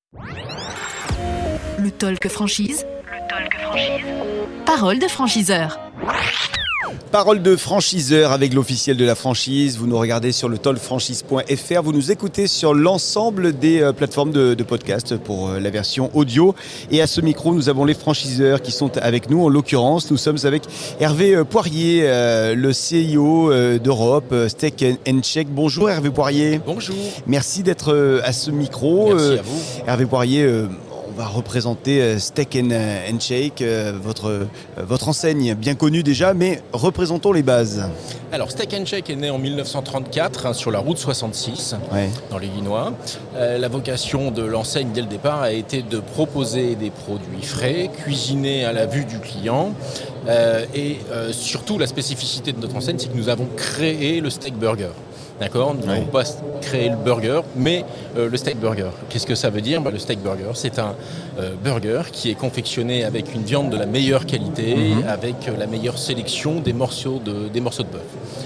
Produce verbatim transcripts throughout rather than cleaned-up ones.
Le talk franchise. Le talk franchise. Parole de franchiseur. Parole de franchiseur avec l'officiel de la franchise. Vous nous regardez sur le talk franchise point f r. Vous nous écoutez sur l'ensemble des euh, plateformes de, de podcast pour euh, la version audio. Et à ce micro, nous avons les franchiseurs qui sont avec nous. En l'occurrence, nous sommes avec Hervé euh, Poirier, euh, le C I O euh, d'Europe, euh, Steak and Shake. Bonjour Hervé Poirier. Bonjour. Merci d'être euh, à ce micro. Merci Euh, à vous. Hervé Poirier, euh, on va représenter euh, Steak and, and Shake, euh, votre, euh, votre enseigne bien connue déjà, mais représentons les bases. Alors, Steak and Shake est né en dix-neuf cent trente-quatre hein, sur la route soixante-six, Ouais. dans l'Illinois. Euh, la vocation de l'enseigne dès le départ a été de proposer des produits frais, cuisinés à la vue du client. Euh, et euh, surtout, la spécificité de notre enseigne, c'est que nous avons créé le steak burger. D'accord ? Nous n'avons Ouais. pas créé le burger, mais euh, le steak burger. Qu'est-ce que ça veut dire ? Bah, le steak burger, c'est un euh, burger qui est confectionné avec une viande de la meilleure qualité, Mhm. avec euh, la meilleure sélection des morceaux de, des morceaux de bœuf.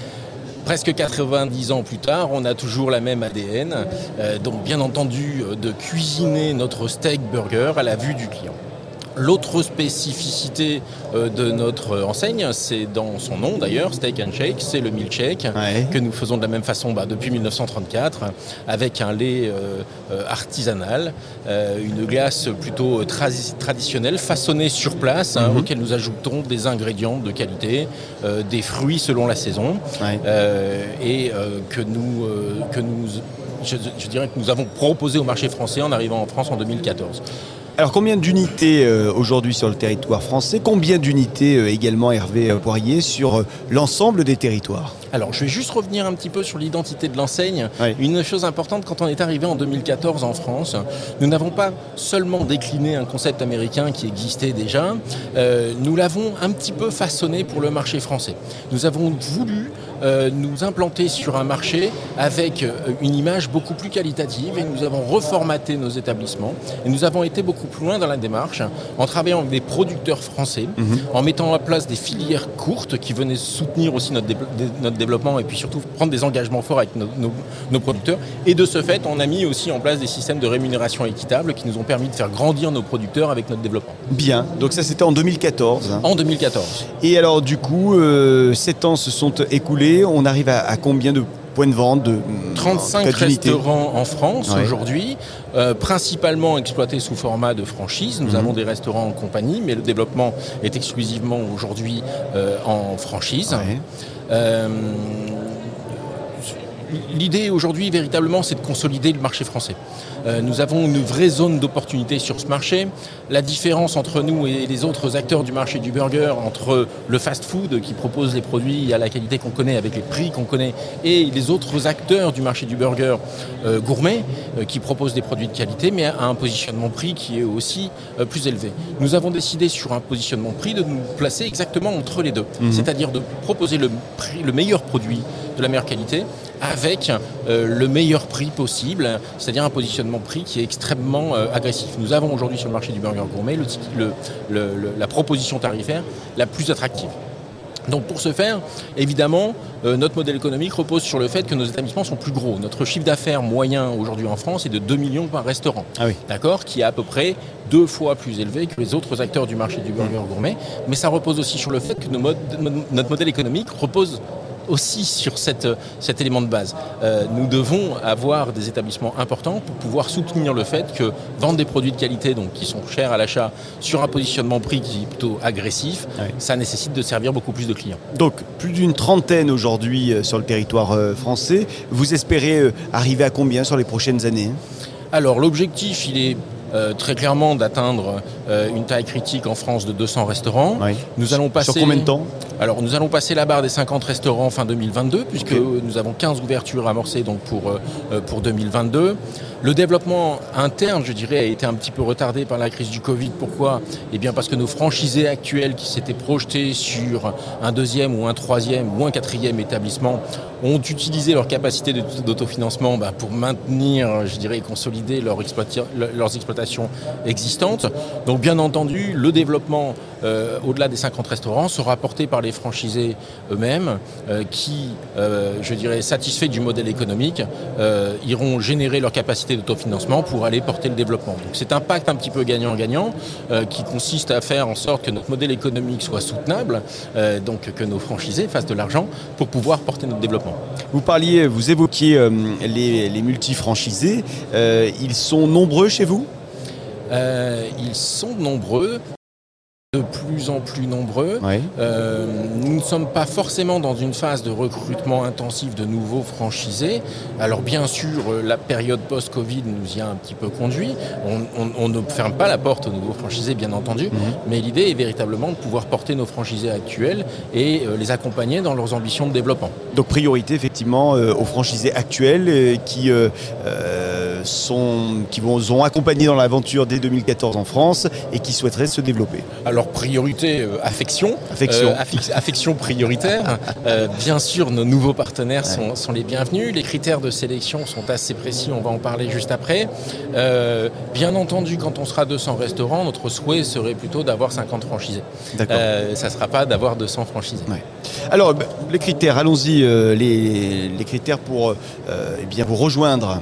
Presque quatre-vingt-dix ans plus tard, on a toujours la même A D N, euh, donc bien entendu euh, de cuisiner notre steak burger à la vue du client. L'autre spécificité euh, de notre enseigne, c'est dans son nom d'ailleurs, Steak and Shake, c'est le milkshake Ouais. que nous faisons de la même façon bah, depuis dix-neuf cent trente-quatre, avec un lait euh, euh, artisanal, euh, une glace plutôt tradi- traditionnelle, façonnée sur place, hein, Mhm. auquel nous ajoutons des ingrédients de qualité, euh, des fruits selon la saison, Ouais. euh, et euh, que nous, euh, que nous je, je dirais que nous avons proposé au marché français en arrivant en France en deux mille quatorze. Alors combien d'unités euh, aujourd'hui sur le territoire français ? Combien d'unités euh, également Hervé euh, Poirier sur euh, l'ensemble des territoires ? Alors, je vais juste revenir un petit peu sur l'identité de l'enseigne. Oui. Une chose importante, quand on est arrivé en deux mille quatorze en France, nous n'avons pas seulement décliné un concept américain qui existait déjà, euh, nous l'avons un petit peu façonné pour le marché français. Nous avons voulu euh, nous implanter sur un marché avec euh, une image beaucoup plus qualitative et nous avons reformaté nos établissements et nous avons été beaucoup plus loin dans la démarche en travaillant avec des producteurs français, Mhm. en mettant en place des filières courtes qui venaient soutenir aussi notre, dé- dé- notre développement et puis surtout prendre des engagements forts avec nos, nos- nos producteurs. Et de ce fait, on a mis aussi en place des systèmes de rémunération équitable qui nous ont permis de faire grandir nos producteurs avec notre développement. Bien, donc ça c'était en deux mille quatorze. hein. En deux mille quatorze. Et alors du coup, euh, sept ans se sont écoulés, on arrive à, à combien de points de vente de trente-cinq en tout cas, d'unités restaurants en France Ouais. aujourd'hui, euh, principalement exploités sous format de franchise. Nous Mhm. avons des restaurants en compagnie, mais le développement est exclusivement aujourd'hui euh, en franchise. Ouais. Euh, L'idée aujourd'hui, véritablement, c'est de consolider le marché français. Euh, nous avons une vraie zone d'opportunité sur ce marché. La différence entre nous et les autres acteurs du marché du burger, entre le fast-food qui propose les produits à la qualité qu'on connaît, avec les prix qu'on connaît, et les autres acteurs du marché du burger euh, gourmet, euh, qui proposent des produits de qualité, mais à un positionnement prix qui est aussi euh, plus élevé. Nous avons décidé sur un positionnement prix de nous placer exactement entre les deux, Mhm. c'est-à-dire de proposer le, prix, le meilleur produit de la meilleure qualité avec euh, le meilleur prix possible, c'est-à-dire un positionnement prix qui est extrêmement euh, agressif. Nous avons aujourd'hui sur le marché du burger gourmet le, le, le, le, la proposition tarifaire la plus attractive. Donc pour ce faire, évidemment, euh, notre modèle économique repose sur le fait que nos établissements sont plus gros. Notre chiffre d'affaires moyen aujourd'hui en France est de deux millions par restaurant, Ah oui. d'accord, qui est à peu près deux fois plus élevé que les autres acteurs du marché du burger gourmet. Mais ça repose aussi sur le fait que nos modes, notre modèle économique repose aussi sur cette, cet élément de base. Euh, nous devons avoir des établissements importants pour pouvoir soutenir le fait que vendre des produits de qualité, donc qui sont chers à l'achat, sur un positionnement prix qui est plutôt agressif, Ouais. ça nécessite de servir beaucoup plus de clients. Donc plus d'une trentaine aujourd'hui euh, sur le territoire euh, français. Vous espérez euh, arriver à combien sur les prochaines années ? Alors l'objectif, il est euh, très clairement d'atteindre euh, une taille critique en France de deux cents restaurants. Ouais. Nous allons passer... Sur combien de temps ? Alors nous allons passer la barre des cinquante restaurants fin deux mille vingt-deux, puisque Ok. nous avons quinze ouvertures amorcées donc pour, euh, pour deux mille vingt-deux. Le développement interne, je dirais, a été un petit peu retardé par la crise du Covid. Pourquoi ? Eh bien parce que nos franchisés actuels qui s'étaient projetés sur un deuxième ou un troisième ou un quatrième établissement ont utilisé leur capacité de- d'autofinancement bah, pour maintenir, je dirais, et consolider leur exploita- leurs exploitations existantes. Donc Donc bien entendu, le développement euh, au-delà des cinquante restaurants sera porté par les franchisés eux-mêmes euh, qui, euh, je dirais, satisfaits du modèle économique, euh, iront générer leur capacité d'autofinancement pour aller porter le développement. Donc c'est un pacte un petit peu gagnant-gagnant euh, qui consiste à faire en sorte que notre modèle économique soit soutenable, euh, donc que nos franchisés fassent de l'argent pour pouvoir porter notre développement. Vous parliez, vous évoquiez euh, les, les multifranchisés. Euh, ils sont nombreux chez vous ? euh, Ils sont nombreux. De plus en plus nombreux. Oui. Euh, nous ne sommes pas forcément dans une phase de recrutement intensif de nouveaux franchisés. Alors bien sûr, la période post-Covid nous y a un petit peu conduit. On, on, on ne ferme pas la porte aux nouveaux franchisés, bien entendu, mmh. mais l'idée est véritablement de pouvoir porter nos franchisés actuels et euh, les accompagner dans leurs ambitions de développement. Donc priorité effectivement euh, aux franchisés actuels euh, qui, euh, euh, sont, qui vous ont accompagné dans l'aventure dès deux mille quatorze en France et qui souhaiteraient se développer. Alors priorité, euh, affection, affection. Euh, affi- affection prioritaire. euh, bien sûr, nos nouveaux partenaires sont, ouais. sont les bienvenus. Les critères de sélection sont assez précis, on va en parler juste après. Euh, bien entendu, quand on sera deux cents restaurants, notre souhait serait plutôt d'avoir cinquante franchisés. D'accord. Euh, ça ne sera pas d'avoir deux cents franchisés. Ouais. Alors, les critères, allons-y, euh, les, les critères pour euh, eh bien, vous rejoindre.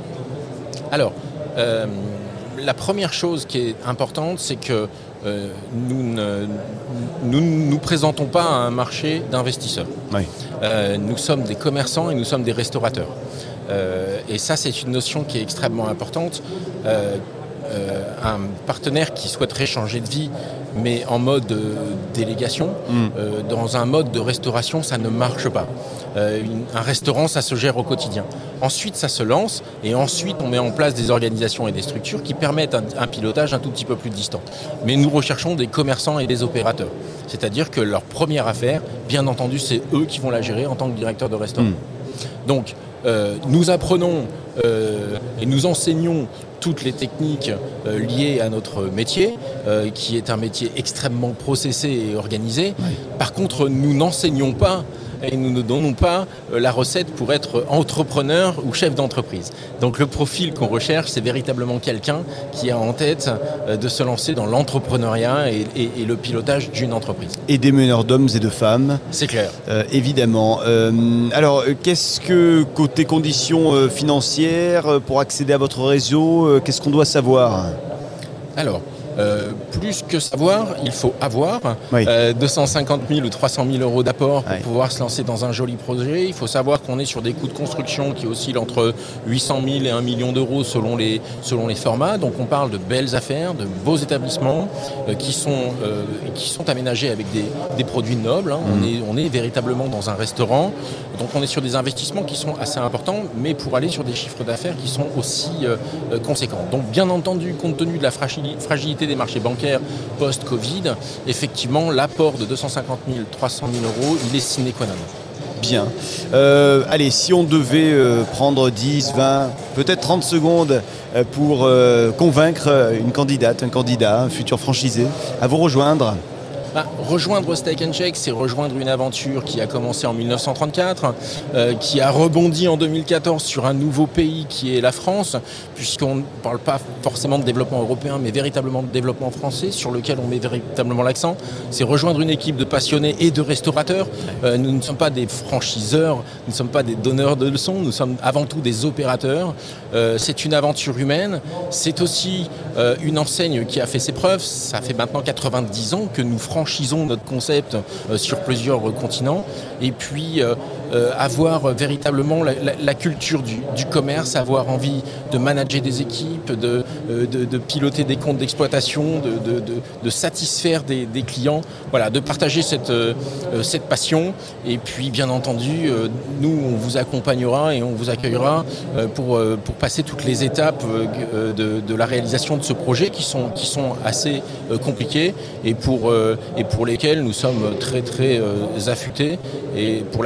Alors, euh, la première chose qui est importante, c'est que Euh, nous ne nous, nous présentons pas à un marché d'investisseurs. Oui. Euh, nous sommes des commerçants et nous sommes des restaurateurs. Euh, et ça, c'est une notion qui est extrêmement importante. Euh, euh, un partenaire qui souhaiterait changer de vie, mais en mode euh, délégation, mm. euh, dans un mode de restauration, ça ne marche pas. Euh, une, un restaurant, ça se gère au quotidien. Ensuite, ça se lance et ensuite, on met en place des organisations et des structures qui permettent un, un pilotage un tout petit peu plus distant. Mais nous recherchons des commerçants et des opérateurs. C'est-à-dire que leur première affaire, bien entendu, c'est eux qui vont la gérer en tant que directeur de restaurant. Mm. Donc, euh, nous apprenons euh, et nous enseignons toutes les techniques euh, liées à notre métier, euh, qui est un métier extrêmement processé et organisé. Oui. Par contre, nous n'enseignons pas et nous ne donnons pas euh, la recette pour être entrepreneur ou chef d'entreprise. Donc le profil qu'on recherche, c'est véritablement quelqu'un qui a en tête euh, de se lancer dans l'entrepreneuriat et, et, et le pilotage d'une entreprise. Et des meneurs d'hommes et de femmes. C'est clair. Euh, évidemment. Euh, alors, qu'est-ce que, côté conditions euh, financières, pour accéder à votre réseau, euh, qu'est-ce qu'on doit savoir ? Alors, Euh, plus que savoir, il faut avoir oui. euh, deux cent cinquante mille ou trois cent mille euros d'apport pour oui. pouvoir se lancer dans un joli projet. Il faut savoir qu'on est sur des coûts de construction qui oscillent entre huit cent mille et un million d'euros selon les, selon les formats. Donc on parle de belles affaires, de beaux établissements euh, qui, sont, euh, qui sont aménagés avec des, des produits nobles. Hein. Mmh. On, est, on est véritablement dans un restaurant. Donc on est sur des investissements qui sont assez importants, mais pour aller sur des chiffres d'affaires qui sont aussi euh, conséquents. Donc bien entendu, compte tenu de la fragilité des marchés bancaires post-Covid, effectivement, l'apport de deux cent cinquante mille, trois cent mille euros, il est sine qua non. Bien. Euh, allez, si on devait euh, prendre dix, vingt, peut-être trente secondes euh, pour euh, convaincre une candidate, un candidat, un futur franchisé, à vous rejoindre. Bah, rejoindre Steak and Shake, c'est rejoindre une aventure qui a commencé en dix-neuf cent trente-quatre, euh, qui a rebondi en deux mille quatorze sur un nouveau pays qui est la France, puisqu'on ne parle pas forcément de développement européen, mais véritablement de développement français, sur lequel on met véritablement l'accent. C'est rejoindre une équipe de passionnés et de restaurateurs. Euh, nous ne sommes pas des franchiseurs, nous ne sommes pas des donneurs de leçons, nous sommes avant tout des opérateurs. Euh, c'est une aventure humaine, c'est aussi euh, une enseigne qui a fait ses preuves. Ça fait maintenant quatre-vingt-dix ans que nous franchisons notre concept euh, sur plusieurs euh, continents, et puis euh, euh, avoir véritablement la, la, la culture du, du commerce, avoir envie de manager des équipes, de, euh, de, de piloter des comptes d'exploitation, de, de, de, de satisfaire des, des clients, voilà, de partager cette, euh, cette passion. Et puis bien entendu, euh, nous on vous accompagnera et on vous accueillera euh, pour, euh, pour passer toutes les étapes euh, de, de la réalisation de ce projet qui sont, qui sont assez euh, compliquées et pour, euh, et pour lesquelles nous sommes très très euh, affûtés et pour, la, pour lesquelles on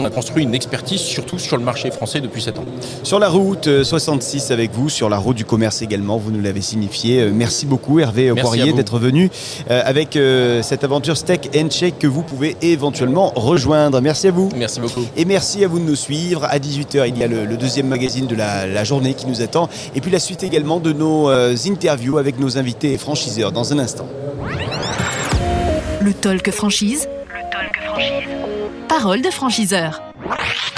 on a construit une expertise surtout sur le marché français depuis sept ans. Sur la route soixante-six avec vous, sur la route du commerce également, vous nous l'avez signifié. Merci beaucoup Hervé Poirier d'être venu avec cette aventure Steak and Shake que vous pouvez éventuellement rejoindre. Merci à vous. Merci beaucoup. Et merci à vous de nous suivre. À dix-huit heures, il y a le, le deuxième magazine de la, la journée qui nous attend. Et puis la suite également de nos euh, interviews avec nos invités et franchiseurs dans un instant. Le Talk Franchise. Le Talk Franchise. Parole de franchiseur.